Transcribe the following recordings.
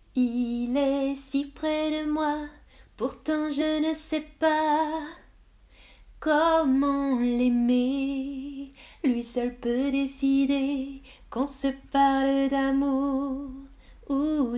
Il est si près de moi, pourtant je ne sais pas comment l'aimer. Lui seul peut décider qu'on se parle d'amour ou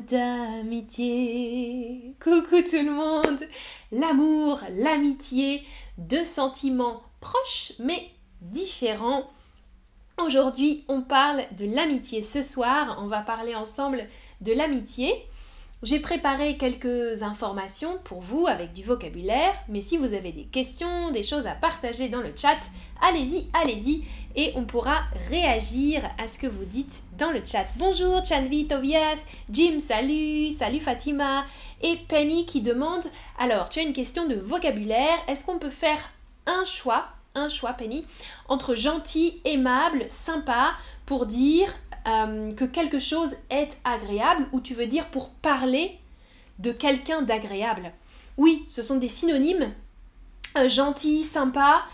d'amitié. Coucou tout le monde! L'amour, l'amitié, deux sentiments proches mais différents. Aujourd'hui, on parle de l'amitié. Ce soir, on va parler ensemble de l'amitié. J'ai préparé quelques informations pour vous avec du vocabulaire, mais si vous avez des questions, des choses à partager dans le chat, allez-y, et on pourra réagir à ce que vous dites dans le chat. Bonjour Chanvi, Tobias, Jim, salut Fatima, et Penny qui demande, alors tu as une question de vocabulaire, est-ce qu'on peut faire un choix Penny, entre gentil, aimable, sympa, pour dire que quelque chose est agréable, ou tu veux dire pour parler de quelqu'un d'agréable. Oui, ce sont des synonymes. Gentil, sympa,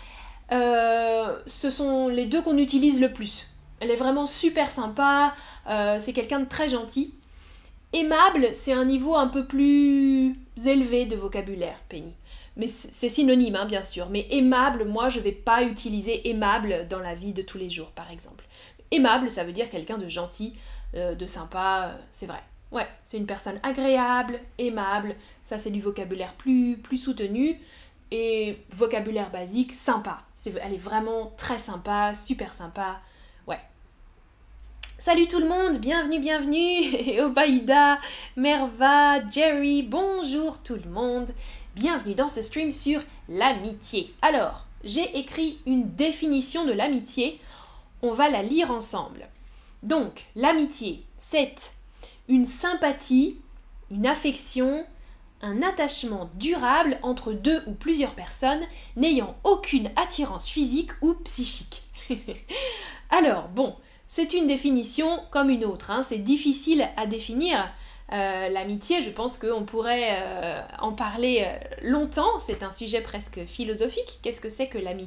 ce sont les deux qu'on utilise le plus. Elle est vraiment super sympa, c'est quelqu'un de très gentil. Aimable, c'est un niveau un peu plus élevé de vocabulaire, Penny. Mais c'est synonyme, hein, bien sûr. Mais aimable, moi, je ne vais pas utiliser aimable dans la vie de tous les jours, par exemple. Aimable, ça veut dire quelqu'un de gentil, de sympa, c'est vrai. Ouais, c'est une personne agréable, aimable, ça c'est du vocabulaire plus soutenu. Et vocabulaire basique, sympa. Elle est vraiment très sympa, super sympa. Ouais. Salut tout le monde, bienvenue, Obaïda, Merva, Jerry, bonjour tout le monde. Bienvenue dans ce stream sur l'amitié. Alors, j'ai écrit une définition de l'amitié. On va la lire ensemble. Donc, l'amitié, c'est une sympathie, une affection, un attachement durable entre deux ou plusieurs personnes n'ayant aucune attirance physique ou psychique. Alors, bon, c'est une définition comme une autre, hein. C'est difficile à définir. L'amitié, je pense qu'on pourrait en parler longtemps. C'est un sujet presque philosophique. Qu'est-ce que c'est que l'amitié ?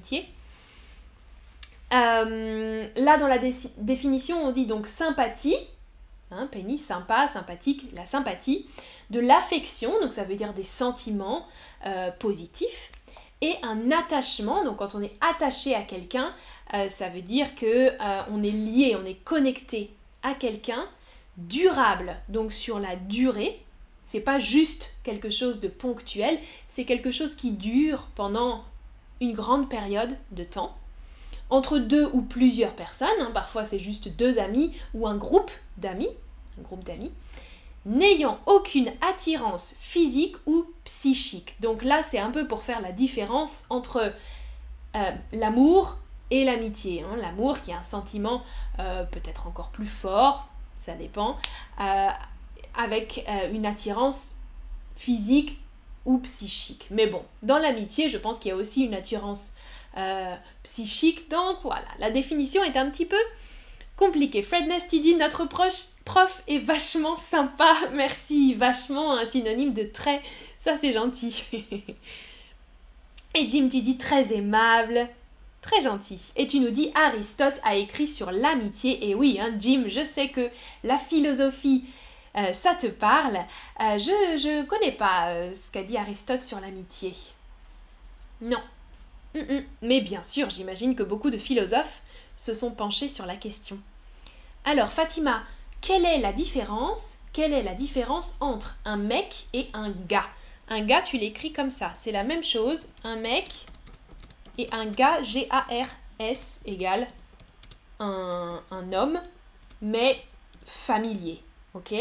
Là, dans la définition, on dit donc sympathie, hein, Penny, sympa, sympathique, la sympathie, de l'affection, donc ça veut dire des sentiments positifs, et un attachement, donc quand on est attaché à quelqu'un, ça veut dire que on est lié, on est connecté à quelqu'un, durable, donc sur la durée, c'est pas juste quelque chose de ponctuel, c'est quelque chose qui dure pendant une grande période de temps, entre deux ou plusieurs personnes, hein, parfois c'est juste deux amis ou un groupe d'amis, n'ayant aucune attirance physique ou psychique. Donc là, c'est un peu pour faire la différence entre l'amour et l'amitié. Hein. L'amour qui est un sentiment peut-être encore plus fort, ça dépend, avec une attirance physique ou psychique. Mais bon, dans l'amitié, je pense qu'il y a aussi une attirance psychique. Donc voilà, la définition est un petit peu compliquée. Fred Nasty dit notre prof est vachement sympa. Merci, vachement un synonyme de très. Ça c'est gentil. Et Jim, tu dis très aimable, très gentil. Et tu nous dis Aristote a écrit sur l'amitié. Et oui, hein, Jim, je sais que la philosophie, ça te parle. Je connais pas ce qu'a dit Aristote sur l'amitié. Non. Mais bien sûr, j'imagine que beaucoup de philosophes se sont penchés sur la question. Alors Fatima, quelle est la différence entre un mec et un gars? Un gars, tu l'écris comme ça, c'est la même chose, un mec et un gars, G-A-R-S égale un homme, mais familier, ok?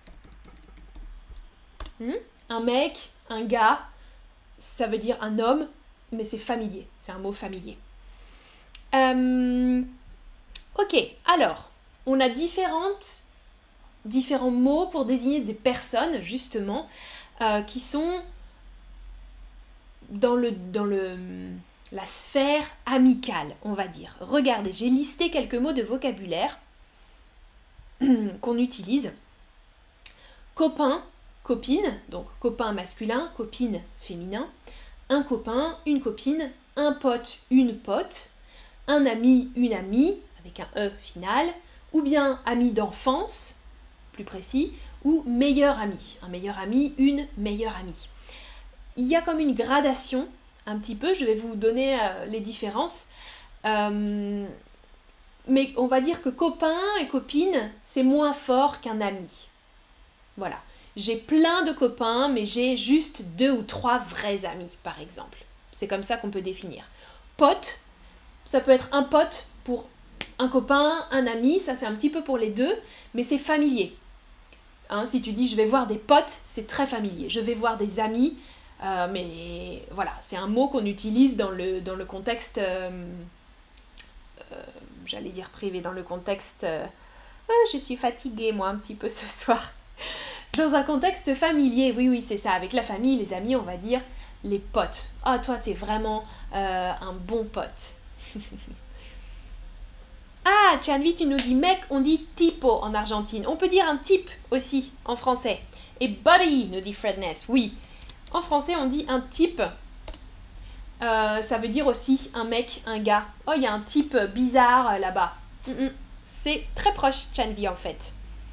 Un mec, un gars, ça veut dire un homme, mais c'est familier, c'est un mot familier. Ok, alors, on a différents mots pour désigner des personnes, justement, qui sont dans la sphère amicale, on va dire. Regardez, j'ai listé quelques mots de vocabulaire qu'on utilise. Copain, copine, donc copain masculin, copine féminin. Un copain, une copine, un pote, une pote, un ami, une amie, avec un E final, ou bien ami d'enfance, plus précis, ou meilleur ami. Un meilleur ami, une meilleure amie. Il y a comme une gradation, un petit peu, je vais vous donner les différences. Mais on va dire que copain et copine, c'est moins fort qu'un ami. Voilà. J'ai plein de copains, mais j'ai juste 2 ou 3 vrais amis, par exemple. C'est comme ça qu'on peut définir. Pote, ça peut être un pote pour un copain, un ami, ça c'est un petit peu pour les deux, mais c'est familier. Hein, si tu dis je vais voir des potes, c'est très familier. Je vais voir des amis, mais voilà, c'est un mot qu'on utilise dans le contexte, j'allais dire privé, dans le contexte, je suis fatiguée moi un petit peu ce soir. Dans un contexte familier, oui, c'est ça, avec la famille, les amis, on va dire les potes. Ah, toi, t'es vraiment un bon pote. Ah, Chanvi, tu nous dis mec, on dit tipo en Argentine. On peut dire un type aussi en français. Et buddy, nous dit Fredness, oui. En français, on dit un type. Ça veut dire aussi un mec, un gars. Oh, il y a un type bizarre là-bas. C'est très proche, Chanvi, en fait.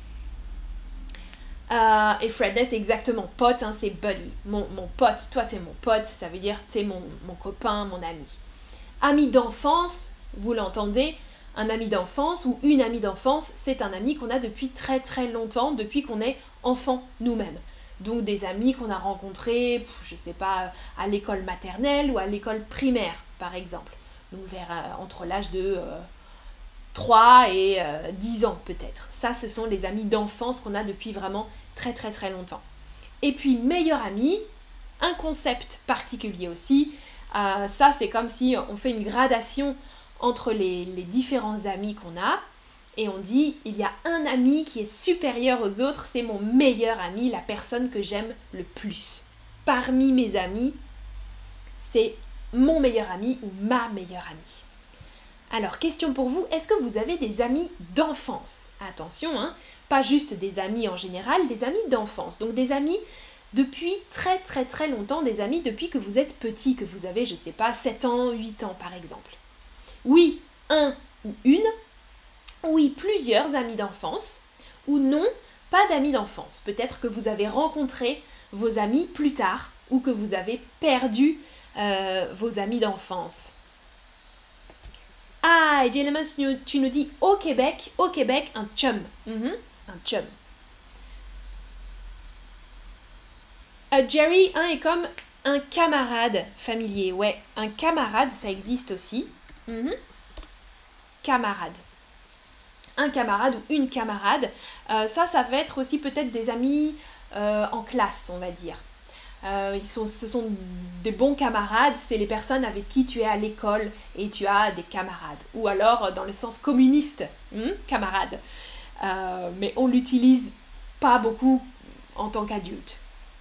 Et Fredness, exactement. Pote, hein, c'est buddy. Mon pote, toi, t'es mon pote. Ça veut dire t'es mon copain, mon ami. Ami d'enfance, vous l'entendez. Un ami d'enfance ou une amie d'enfance, c'est un ami qu'on a depuis très très longtemps, depuis qu'on est enfant nous-mêmes. Donc des amis qu'on a rencontrés, je sais pas, à l'école maternelle ou à l'école primaire, par exemple. Donc entre l'âge de 3 et 10 ans peut-être. Ça, ce sont les amis d'enfance qu'on a depuis vraiment très très très longtemps. Et puis meilleur ami, un concept particulier aussi. Ça, c'est comme si on fait une gradation entre les différents amis qu'on a, et on dit, il y a un ami qui est supérieur aux autres, c'est mon meilleur ami, la personne que j'aime le plus. Parmi mes amis, c'est mon meilleur ami ou ma meilleure amie. Alors, question pour vous, est-ce que vous avez des amis d'enfance? Attention, hein, pas juste des amis en général, des amis d'enfance. Donc des amis depuis très très très longtemps, des amis depuis que vous êtes petit, que vous avez, je sais pas, 7 ans, 8 ans par exemple. Oui, un ou une. Oui, plusieurs amis d'enfance. Ou non, pas d'amis d'enfance. Peut-être que vous avez rencontré vos amis plus tard ou que vous avez perdu vos amis d'enfance. Ah, et Jelleman, tu nous dis au Québec, un chum. Un chum. Jerry, est comme un camarade familier. Ouais, un camarade, ça existe aussi. Camarade. Un camarade ou une camarade. Ça va être aussi peut-être des amis en classe, on va dire. Ce sont des bons camarades, c'est les personnes avec qui tu es à l'école et tu as des camarades. Ou alors dans le sens communiste, camarade. Mais on l'utilise pas beaucoup en tant qu'adulte.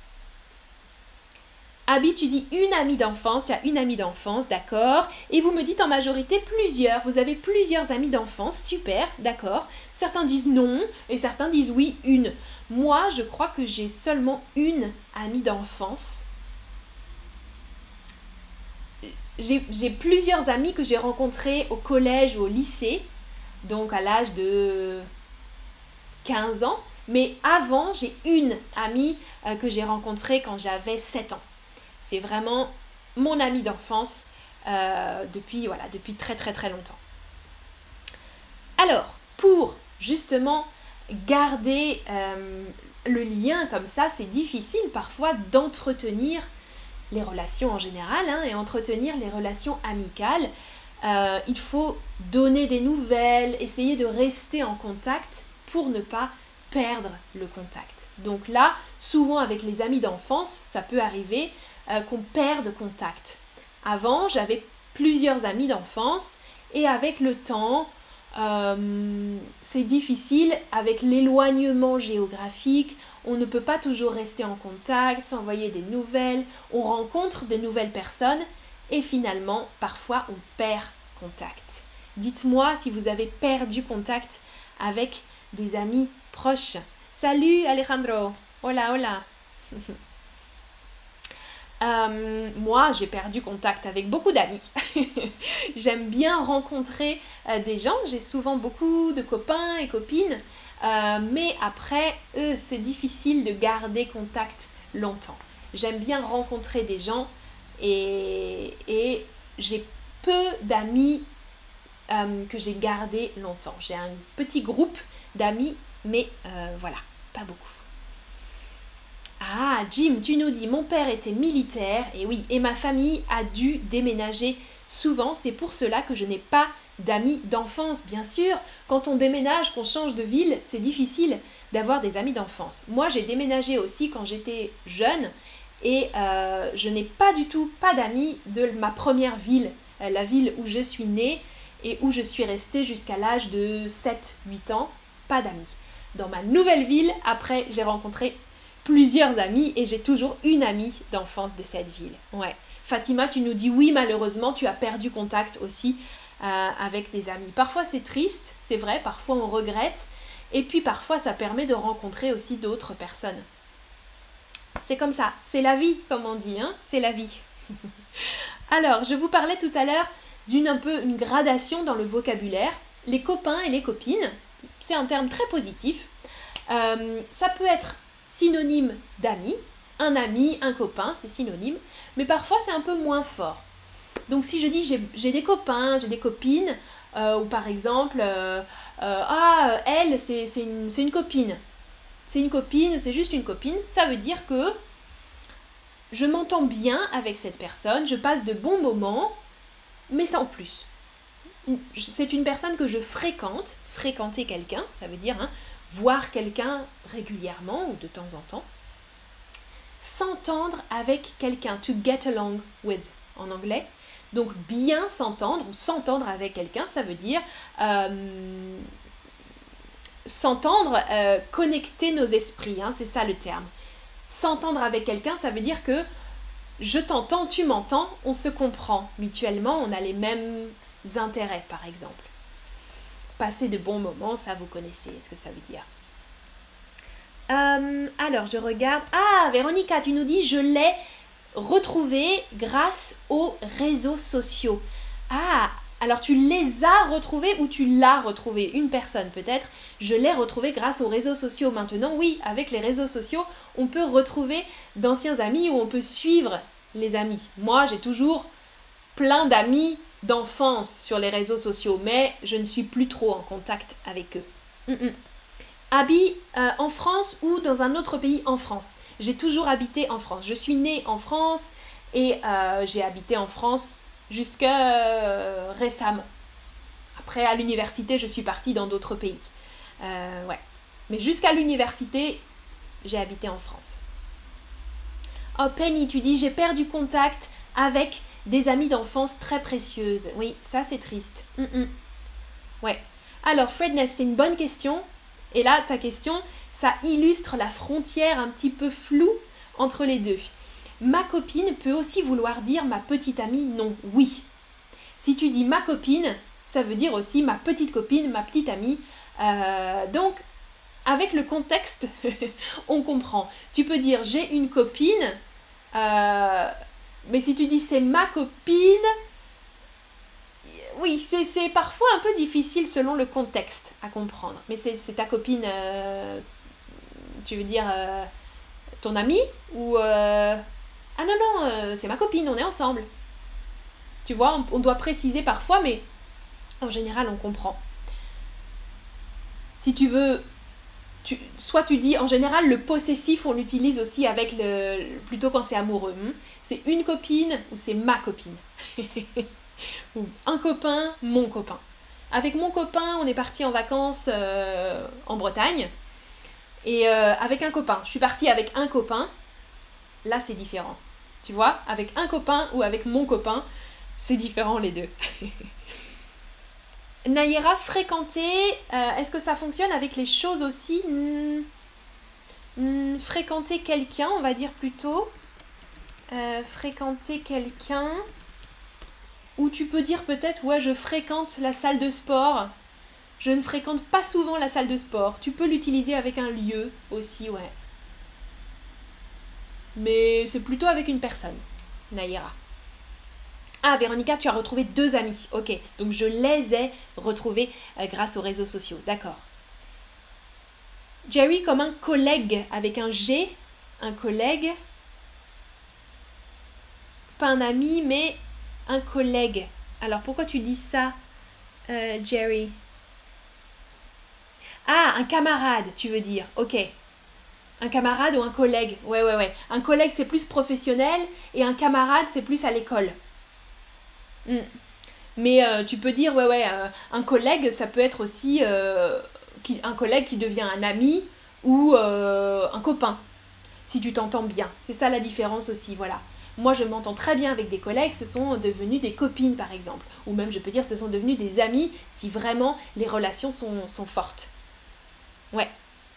Abby, tu dis une amie d'enfance, tu as une amie d'enfance, d'accord. Et vous me dites en majorité plusieurs, vous avez plusieurs amis d'enfance, super, d'accord. Certains disent non et certains disent oui, une. Moi, je crois que j'ai seulement une amie d'enfance. J'ai plusieurs amis que j'ai rencontrés au collège ou au lycée, donc à l'âge de 15 ans. Mais avant, j'ai une amie que j'ai rencontrée quand j'avais 7 ans. C'est vraiment mon ami d'enfance depuis très très très longtemps. Alors, pour justement garder le lien comme ça, c'est difficile parfois d'entretenir les relations en général et entretenir les relations amicales. Il faut donner des nouvelles, essayer de rester en contact pour ne pas perdre le contact. Donc là, souvent avec les amis d'enfance, ça peut arriver qu'on perde contact. Avant, j'avais plusieurs amis d'enfance et avec le temps, c'est difficile avec l'éloignement géographique. On ne peut pas toujours rester en contact, s'envoyer des nouvelles. On rencontre de nouvelles personnes et finalement, parfois, on perd contact. Dites-moi si vous avez perdu contact avec des amis proches. Salut Alejandro, hola hola. Moi, j'ai perdu contact avec beaucoup d'amis. J'aime bien rencontrer des gens. J'ai souvent beaucoup de copains et copines. Mais après, c'est difficile de garder contact longtemps. J'aime bien rencontrer des gens et j'ai peu d'amis que j'ai gardés longtemps. J'ai un petit groupe d'amis, mais voilà, pas beaucoup. Ah, Jim, tu nous dis, mon père était militaire, et oui, et ma famille a dû déménager souvent, c'est pour cela que je n'ai pas d'amis d'enfance, bien sûr. Quand on déménage, qu'on change de ville, c'est difficile d'avoir des amis d'enfance. Moi, j'ai déménagé aussi quand j'étais jeune, et je n'ai pas du tout, pas d'amis de ma première ville, la ville où je suis née, et où je suis restée jusqu'à l'âge de 7-8 ans, pas d'amis. Dans ma nouvelle ville, après, j'ai rencontré plusieurs amis et j'ai toujours une amie d'enfance de cette ville. Ouais. Fatima, tu nous dis oui, malheureusement, tu as perdu contact aussi avec des amis. Parfois c'est triste, c'est vrai, parfois on regrette, et puis parfois ça permet de rencontrer aussi d'autres personnes. C'est comme ça, c'est la vie, comme on dit, hein, c'est la vie. Alors, je vous parlais tout à l'heure une gradation dans le vocabulaire. Les copains et les copines, c'est un terme très positif. Ça peut être synonyme d'amis, un copain, c'est synonyme, mais parfois c'est un peu moins fort. Donc si je dis j'ai des copains, j'ai des copines, ou par exemple, elle c'est une copine, c'est une copine, c'est juste une copine, ça veut dire que je m'entends bien avec cette personne, je passe de bons moments, mais sans plus. C'est une personne que je fréquente, fréquenter quelqu'un, ça veut dire voir quelqu'un régulièrement ou de temps en temps. S'entendre avec quelqu'un, to get along with en anglais. Donc bien s'entendre ou s'entendre avec quelqu'un, ça veut dire s'entendre, connecter nos esprits, c'est ça le terme. S'entendre avec quelqu'un, ça veut dire que je t'entends, tu m'entends, on se comprend mutuellement, on a les mêmes intérêts par exemple. Passer de bons moments, ça vous connaissez ce que ça veut dire. Alors je regarde. Ah, Véronica, tu nous dis je l'ai retrouvé grâce aux réseaux sociaux. Ah, alors tu les as retrouvés ou tu l'as retrouvé? Une personne peut-être. Je l'ai retrouvé grâce aux réseaux sociaux. Maintenant, oui, avec les réseaux sociaux, on peut retrouver d'anciens amis ou on peut suivre les amis. Moi, j'ai toujours plein d'amis d'enfance sur les réseaux sociaux, mais je ne suis plus trop en contact avec eux. Abby, en France ou dans un autre pays en France? J'ai toujours habité en France. Je suis née en France et j'ai habité en France jusqu'à récemment. Après, à l'université, je suis partie dans d'autres pays. Ouais. Mais jusqu'à l'université, j'ai habité en France. Oh, Penny, tu dis, j'ai perdu contact avec des amies d'enfance très précieuses. Oui, ça c'est triste. Ouais. Alors, Fredness, c'est une bonne question. Et là, ta question, ça illustre la frontière un petit peu floue entre les deux. Ma copine peut aussi vouloir dire ma petite amie, non, oui. Si tu dis ma copine, ça veut dire aussi ma petite copine, ma petite amie. Donc, avec le contexte, on comprend. Tu peux dire j'ai une copine, mais si tu dis c'est ma copine, oui, c'est parfois un peu difficile selon le contexte à comprendre. Mais c'est ta copine, tu veux dire ton amie ou ah non, c'est ma copine, on est ensemble. Tu vois, on doit préciser parfois, mais en général, on comprend. Si tu veux, soit tu dis, en général, le possessif, on l'utilise aussi avec plutôt quand c'est amoureux. C'est une copine ou c'est ma copine. Ou un copain, mon copain. Avec mon copain, on est parti en vacances en Bretagne. Et avec un copain, je suis partie avec un copain. Là, c'est différent. Tu vois, avec un copain ou avec mon copain, c'est différent les deux. Nayera, fréquenter, est-ce que ça fonctionne avec les choses aussi? Fréquenter quelqu'un, on va dire plutôt. Fréquenter quelqu'un. Ou tu peux dire peut-être, ouais, je fréquente la salle de sport. Je ne fréquente pas souvent la salle de sport. Tu peux l'utiliser avec un lieu aussi, ouais. Mais c'est plutôt avec une personne, Nayera. Ah, Véronica, tu as retrouvé 2 amis. Ok, donc je les ai retrouvés grâce aux réseaux sociaux. D'accord. Jerry comme un collègue avec un G, un collègue. Pas un ami, mais un collègue. Alors pourquoi tu dis ça, Jerry? Ah, un camarade, tu veux dire. Ok. Un camarade ou un collègue. Ouais. Un collègue, c'est plus professionnel et un camarade, c'est plus à l'école. Mais tu peux dire, un collègue, ça peut être aussi un collègue qui devient un ami ou un copain, si tu t'entends bien. C'est ça la différence aussi, voilà. Moi, je m'entends très bien avec des collègues, ce sont devenus des copines, par exemple. Ou même, je peux dire, ce sont devenus des amis, si vraiment les relations sont fortes. Ouais.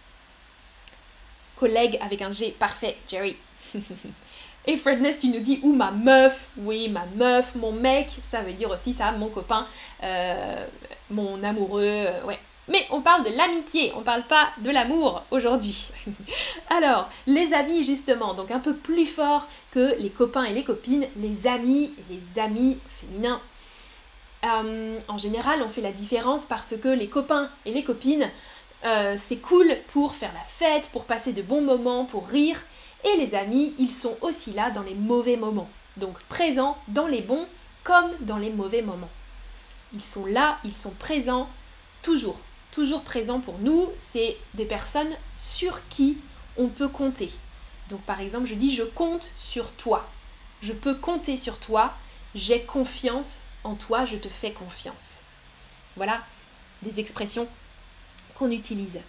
Collègue avec un G, parfait, Jerry. Et Fredness, tu nous dis, ou ma meuf, oui, ma meuf, mon mec, ça veut dire aussi ça, mon copain, mon amoureux, ouais. Mais on parle de l'amitié, on parle pas de l'amour aujourd'hui. Alors, les amis justement, donc un peu plus fort que les copains et les copines, les amis féminins. En général, on fait la différence parce que les copains et les copines, c'est cool pour faire la fête, pour passer de bons moments, pour rire. Et les amis, ils sont aussi là dans les mauvais moments. Donc présents dans les bons comme dans les mauvais moments. Ils sont là, ils sont présents, toujours présents pour nous. C'est des personnes sur qui on peut compter. Donc par exemple, je dis je compte sur toi. Je peux compter sur toi. J'ai confiance en toi, je te fais confiance. Voilà des expressions qu'on utilise.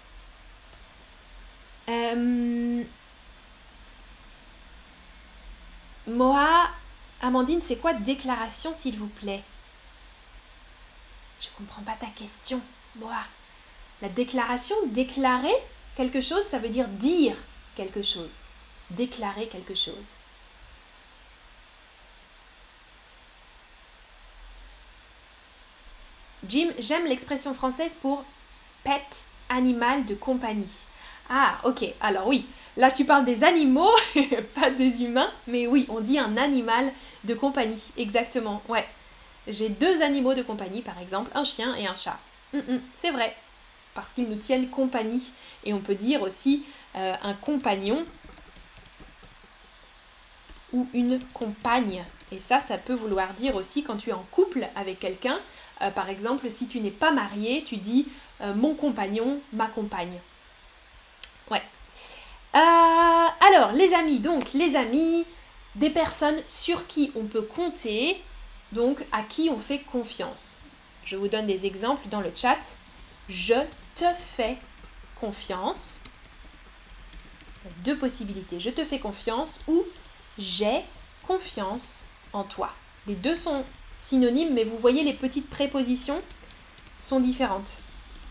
Moa, Amandine, c'est quoi déclaration, s'il vous plaît? Je comprends pas ta question, Moa. La déclaration, déclarer quelque chose, ça veut dire dire quelque chose. Déclarer quelque chose. Jim, j'aime l'expression française pour pet, animal de compagnie. Ah, ok, alors oui, là tu parles des animaux, pas des humains, mais oui, on dit un animal de compagnie, exactement, ouais. J'ai 2 animaux de compagnie, par exemple, un chien et un chat. C'est vrai, parce qu'ils nous tiennent compagnie. Et on peut dire aussi un compagnon ou une compagne. Et ça peut vouloir dire aussi quand tu es en couple avec quelqu'un. Par exemple, si tu n'es pas marié, tu dis mon compagnon, ma compagne. Ouais. Alors, les amis, donc les amis, des personnes sur qui on peut compter, donc à qui on fait confiance. Je vous donne des exemples dans le chat. Je te fais confiance. 2 possibilités. Je te fais confiance ou j'ai confiance en toi. Les 2 sont synonymes, mais vous voyez les petites prépositions sont différentes.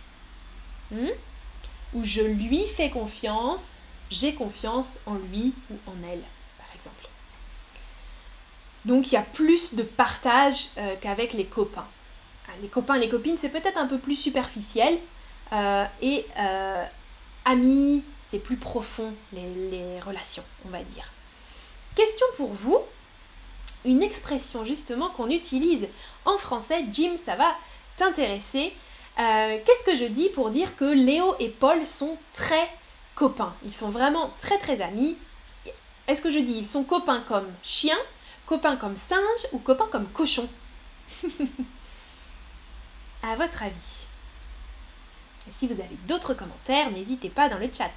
Ou je lui fais confiance, j'ai confiance en lui ou en elle, par exemple. Donc il y a plus de partage qu'avec les copains. Les copains et les copines, c'est peut-être un peu plus superficiel. Et amis, c'est plus profond, les relations, on va dire. Question pour vous. Une expression justement qu'on utilise en français. Jim, ça va t'intéresser. Qu'est-ce que je dis pour dire que Léo et Paul sont très copains? Ils sont vraiment très très amis. Est-ce que je dis ils sont copains comme chien, copains comme singe ou copains comme cochon? À votre avis? Et si vous avez d'autres commentaires, n'hésitez pas dans le chat.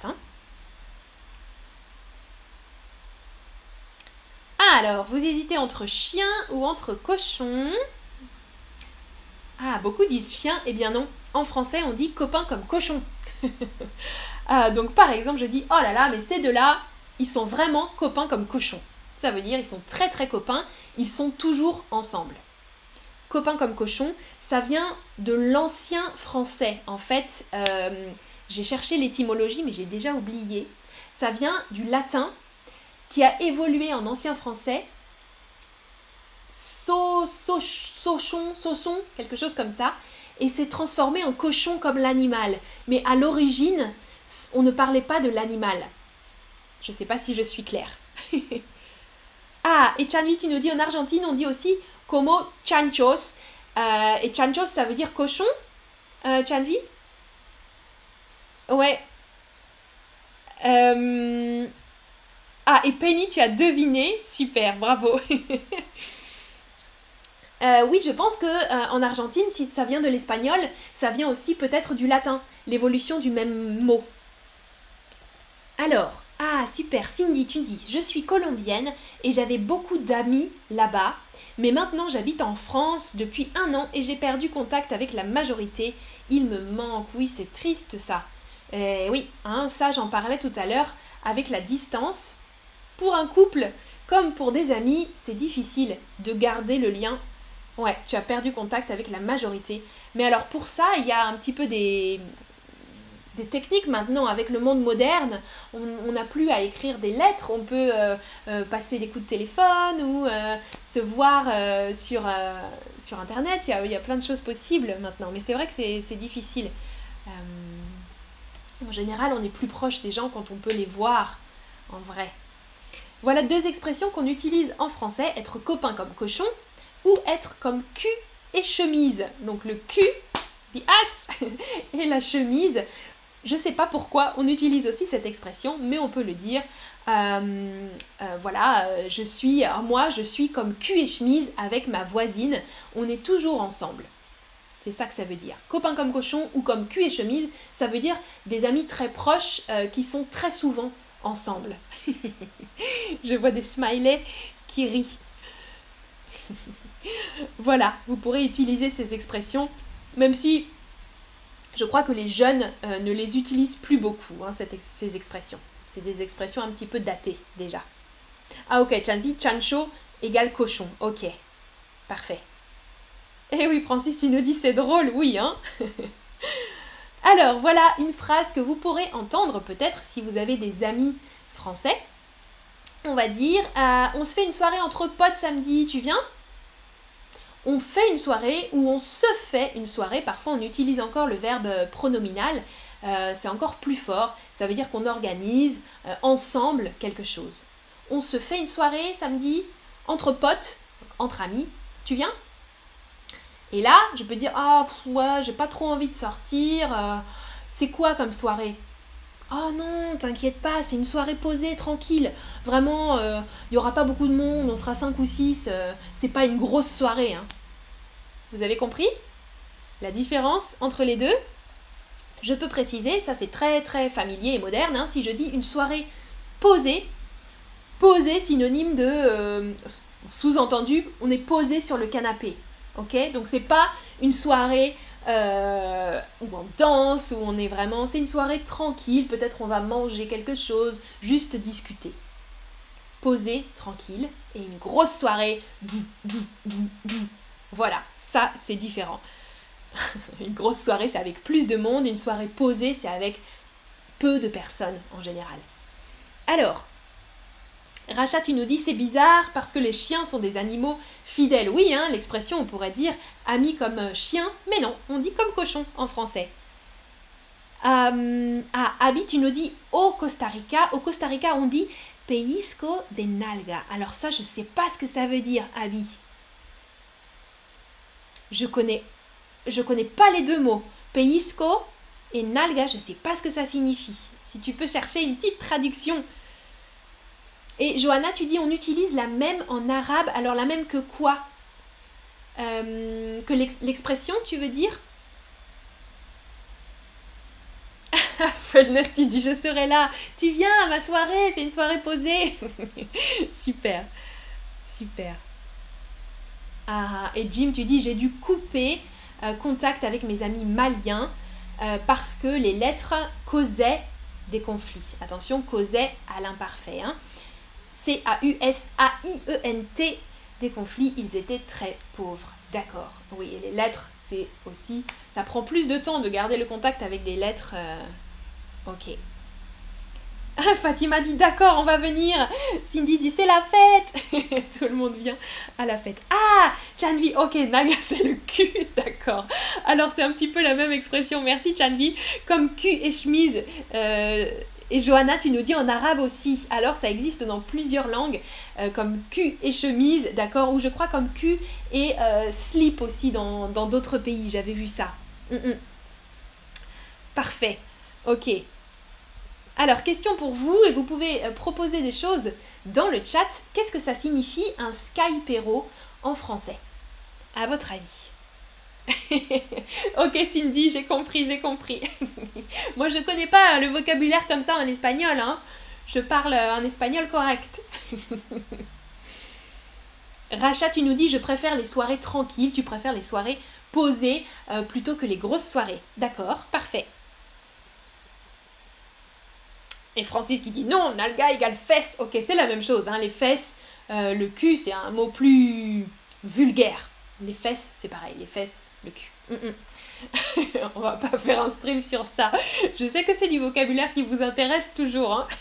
Alors, vous hésitez entre chien ou entre cochon? Ah, beaucoup disent chien. Eh bien non, en français, on dit copain comme cochon. Donc, par exemple, je dis, oh là là, mais ces deux-là, ils sont vraiment copains comme cochons. Ça veut dire, ils sont très très copains, ils sont toujours ensemble. Copain comme cochon, ça vient de l'ancien français. En fait, j'ai cherché l'étymologie, mais j'ai déjà oublié. Ça vient du latin qui a évolué en ancien français. Sauçon, quelque chose comme ça. Et s'est transformé en cochon comme l'animal. Mais à l'origine, on ne parlait pas de l'animal. Je ne sais pas si je suis claire. Ah, et Chanvi, tu nous dis en Argentine, on dit aussi como chanchos. Et chanchos, ça veut dire cochon, Chanvi? Ouais. Ah, et Penny, tu as deviné. Super, bravo. Oui, je pense que en Argentine, si ça vient de l'espagnol, ça vient aussi peut-être du latin, l'évolution du même mot. Alors, ah super, Cindy, tu dis, je suis colombienne et j'avais beaucoup d'amis là-bas, mais maintenant j'habite en France depuis 1 an et j'ai perdu contact avec la majorité. Il me manque, oui, c'est triste ça. Oui, hein, ça j'en parlais tout à l'heure avec la distance. Pour un couple comme pour des amis, c'est difficile de garder le lien. Ouais, tu as perdu contact avec la majorité. Mais alors pour ça, il y a un petit peu des techniques maintenant avec le monde moderne. On n'a plus à écrire des lettres, on peut passer des coups de téléphone ou se voir sur Internet. Il y a plein de choses possibles maintenant. Mais c'est vrai que c'est difficile. En général, on est plus proche des gens quand on peut les voir en vrai. Voilà 2 expressions qu'on utilise en français, être copain comme cochon ou être comme cul et chemise. Donc le cul, the ass, et la chemise. Je ne sais pas pourquoi on utilise aussi cette expression, mais on peut le dire. Voilà, moi je suis comme cul et chemise avec ma voisine. On est toujours ensemble. C'est ça que ça veut dire. Copain comme cochon ou comme cul et chemise, ça veut dire des amis très proches qui sont très souvent ensemble. Je vois des smileys qui rient. Voilà, vous pourrez utiliser ces expressions, même si je crois que les jeunes ne les utilisent plus beaucoup, hein, ces expressions. C'est des expressions un petit peu datées déjà. Ah ok, Chanvi, chancho égale cochon. Ok, parfait. Eh oui, Francis, tu nous dis c'est drôle, oui, hein. Alors, voilà une phrase que vous pourrez entendre peut-être si vous avez des amis français. On va dire, on se fait une soirée entre potes samedi, tu viens ? On fait une soirée ou on se fait une soirée. Parfois, on utilise encore le verbe pronominal. C'est encore plus fort. Ça veut dire qu'on organise ensemble quelque chose. On se fait une soirée samedi entre potes, entre amis. Tu viens ? Et là, je peux dire, ah ouais, j'ai pas trop envie de sortir. C'est quoi comme soirée ? Oh non, t'inquiète pas, c'est une soirée posée, tranquille. Vraiment, il n'y aura pas beaucoup de monde, on sera 5 ou 6. C'est pas une grosse soirée. Hein. Vous avez compris la différence entre les deux ? Je peux préciser, ça c'est très très familier et moderne. Hein, si je dis une soirée posée, posée synonyme de sous-entendu, on est posé sur le canapé. Ok ? Donc c'est pas une soirée où on danse, où on est vraiment... C'est une soirée tranquille, peut-être on va manger quelque chose, juste discuter. Posé, tranquille, et une grosse soirée, voilà, ça c'est différent. Une grosse soirée c'est avec plus de monde, une soirée posée c'est avec peu de personnes en général. Alors, Racha, tu nous dis c'est bizarre parce que les chiens sont des animaux fidèles. Oui, hein, l'expression on pourrait dire ami comme chien, mais non, on dit comme cochon en français. Abby, tu nous dis au Costa Rica. Au Costa Rica, on dit pellizco de nalga. Alors ça, je ne sais pas ce que ça veut dire, Abby. Je connais pas les deux mots. Pellizco et nalga, je ne sais pas ce que ça signifie. Si tu peux chercher une petite traduction. Et Johanna, tu dis on utilise la même en arabe. Alors la même que quoi ? Que l'expression, tu veux dire ? Fredness, tu dis je serai là. Tu viens à ma soirée, c'est une soirée posée. Super, super. Et Jim, tu dis j'ai dû couper contact avec mes amis maliens parce que les lettres causaient des conflits. Attention, causaient à l'imparfait. Hein. C-A-U-S-A-I-E-N-T, des conflits, ils étaient très pauvres. D'accord. Oui, et les lettres, c'est aussi... Ça prend plus de temps de garder le contact avec des lettres. Ok. Fatima dit d'accord, on va venir. Cindy dit c'est la fête. Tout le monde vient à la fête. Ah, Chanvi, ok, Naga c'est le cul, d'accord. Alors c'est un petit peu la même expression, merci Chanvi. Comme cul et chemise. Et Johanna, tu nous dis en arabe aussi. Alors ça existe dans plusieurs langues, comme cul et chemise, d'accord. Ou je crois comme cul et slip aussi dans d'autres pays, j'avais vu ça. Parfait, ok. Alors, question pour vous, et vous pouvez proposer des choses dans le chat. Qu'est-ce que ça signifie un skypero en français? À votre avis? Ok Cindy, j'ai compris, j'ai compris. Moi je connais pas le vocabulaire comme ça en espagnol, hein. Je parle en espagnol correct. Racha, tu nous dis je préfère les soirées tranquilles, tu préfères les soirées posées plutôt que les grosses soirées. D'accord, parfait. Et Francis qui dit non, nalga égale fesses. Ok, c'est la même chose, hein. Les fesses, le cul c'est un mot plus vulgaire. Les fesses, c'est pareil, les fesses, le cul. On va pas faire un stream sur ça. Je sais que c'est du vocabulaire qui vous intéresse toujours, hein.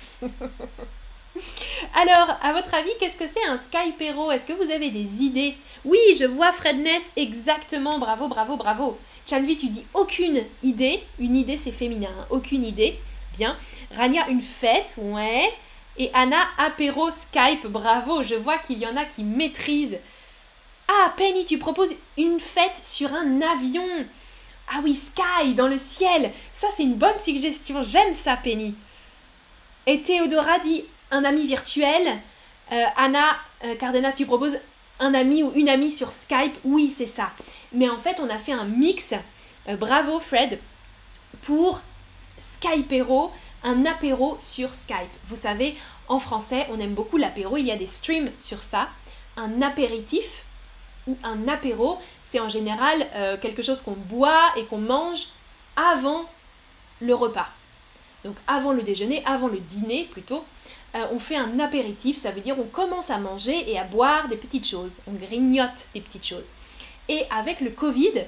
Alors, à votre avis, qu'est-ce que c'est un skypero? Est-ce que vous avez des idées? Oui, je vois Fredness, exactement, bravo, bravo, bravo. Chanvi, tu dis aucune idée. Une idée, c'est féminin, hein. Aucune idée. Bien. Rania, une fête, ouais. Et Anna, apéro Skype, bravo. Je vois qu'il y en a qui maîtrisent. Ah, Penny, tu proposes une fête sur un avion. Ah oui, Sky, dans le ciel. Ça, c'est une bonne suggestion. J'aime ça, Penny. Et Théodora dit un ami virtuel. Anna Cardenas, tu proposes un ami ou une amie sur Skype. Oui, c'est ça. Mais en fait, on a fait un mix. Bravo, Fred. Pour Skypero, un apéro sur Skype. Vous savez, en français, on aime beaucoup l'apéro. Il y a des streams sur ça. Un apéritif ou un apéro, c'est en général quelque chose qu'on boit et qu'on mange avant le repas. Donc avant le déjeuner, avant le dîner plutôt, on fait un apéritif, ça veut dire on commence à manger et à boire des petites choses, on grignote des petites choses. Et avec le Covid,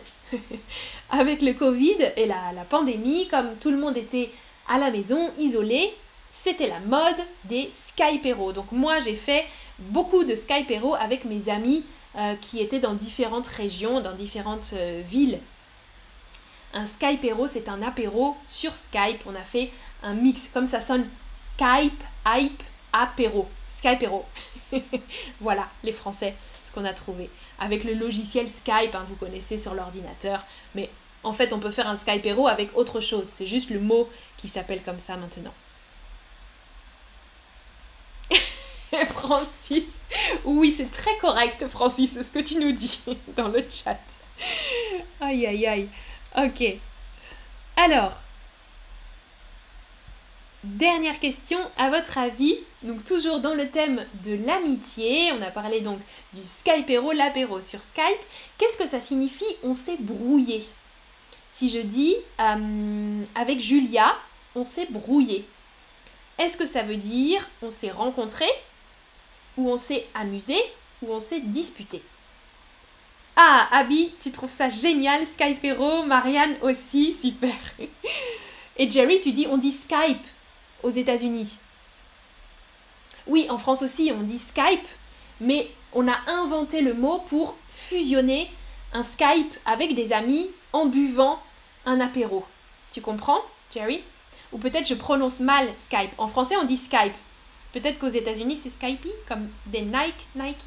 et la pandémie, comme tout le monde était à la maison, isolé, c'était la mode des Skypero. Donc moi j'ai fait beaucoup de Skypero avec mes amis qui étaient dans différentes régions, dans différentes villes. Un Skypero, c'est un apéro sur Skype. On a fait un mix, comme ça sonne Skype, hype, apéro. Skypero. Voilà, les Français, ce qu'on a trouvé. Avec le logiciel Skype, hein, vous connaissez sur l'ordinateur. Mais en fait, on peut faire un Skypero avec autre chose. C'est juste le mot qui s'appelle comme ça maintenant. Francis, oui, c'est très correct, Francis, ce que tu nous dis dans le chat. Aïe, aïe, aïe. Ok. Alors, dernière question, à votre avis, donc toujours dans le thème de l'amitié, on a parlé donc du Skypero, l'apéro sur Skype. Qu'est-ce que ça signifie on s'est brouillé? Si je dis avec Julia, on s'est brouillé. Est-ce que ça veut dire on s'est rencontrés? Ou on s'est amusé, ou on s'est disputé. Ah, Abby, tu trouves ça génial, Skypero, Marianne aussi, super. Et Jerry, tu dis, on dit Skype aux États-Unis. Oui, en France aussi, on dit Skype, mais on a inventé le mot pour fusionner un Skype avec des amis en buvant un apéro. Tu comprends, Jerry? Ou peut-être je prononce mal Skype. En français, on dit Skype. Peut-être qu'aux États-Unis, c'est Skype, comme des Nike.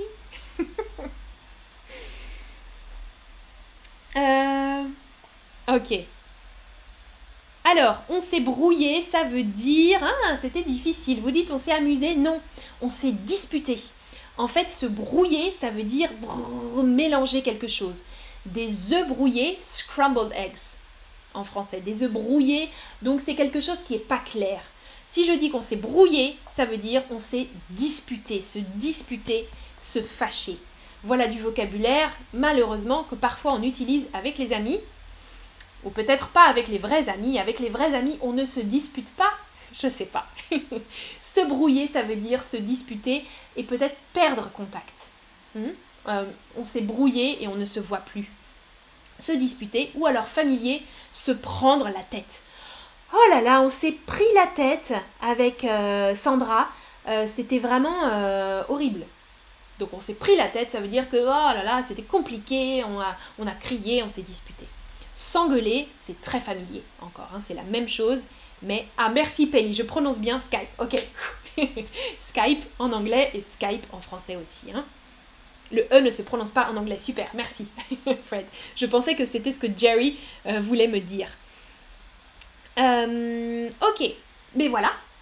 Ok. Alors, on s'est brouillé, ça veut dire... Ah, c'était difficile. Vous dites on s'est amusé? Non, on s'est disputé. En fait, se brouiller, ça veut dire mélanger quelque chose. Des œufs brouillés, scrambled eggs, en français. Des œufs brouillés, donc c'est quelque chose qui n'est pas clair. Si je dis qu'on s'est brouillé, ça veut dire on s'est disputé, se fâcher. Voilà du vocabulaire, malheureusement, que parfois on utilise avec les amis, ou peut-être pas avec les vrais amis. Avec les vrais amis, on ne se dispute pas, je sais pas. Se brouiller, ça veut dire se disputer et peut-être perdre contact. On s'est brouillé et on ne se voit plus. Se disputer, ou alors familier, se prendre la tête. Oh là là, on s'est pris la tête avec Sandra, c'était vraiment horrible. Donc on s'est pris la tête, ça veut dire que oh là là, c'était compliqué, on a crié, on s'est disputé. S'engueuler, c'est très familier encore, hein, c'est la même chose, mais... Ah merci Penny, je prononce bien Skype, ok. Skype en anglais et Skype en français aussi. Hein. Le E ne se prononce pas en anglais, super, merci Fred. Je pensais que c'était ce que Jerry voulait me dire. Ok, mais voilà,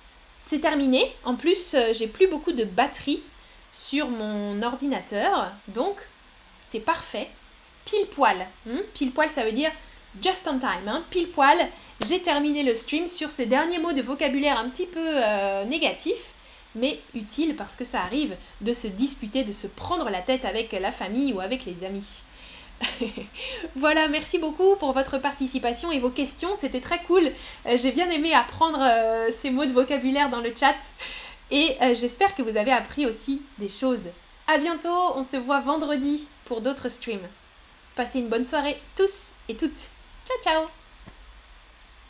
c'est terminé. En plus, j'ai plus beaucoup de batterie sur mon ordinateur, donc c'est parfait. Pile poil. Pile poil, ça veut dire just on time. Pile poil, j'ai terminé le stream sur ces derniers mots de vocabulaire un petit peu négatifs, mais utiles parce que ça arrive de se disputer, de se prendre la tête avec la famille ou avec les amis. Voilà, merci beaucoup pour votre participation et vos questions, c'était très cool. J'ai bien aimé apprendre ces mots de vocabulaire dans le chat et j'espère que vous avez appris aussi des choses. À bientôt, on se voit vendredi pour d'autres streams. Passez une bonne soirée tous et toutes. Ciao ciao.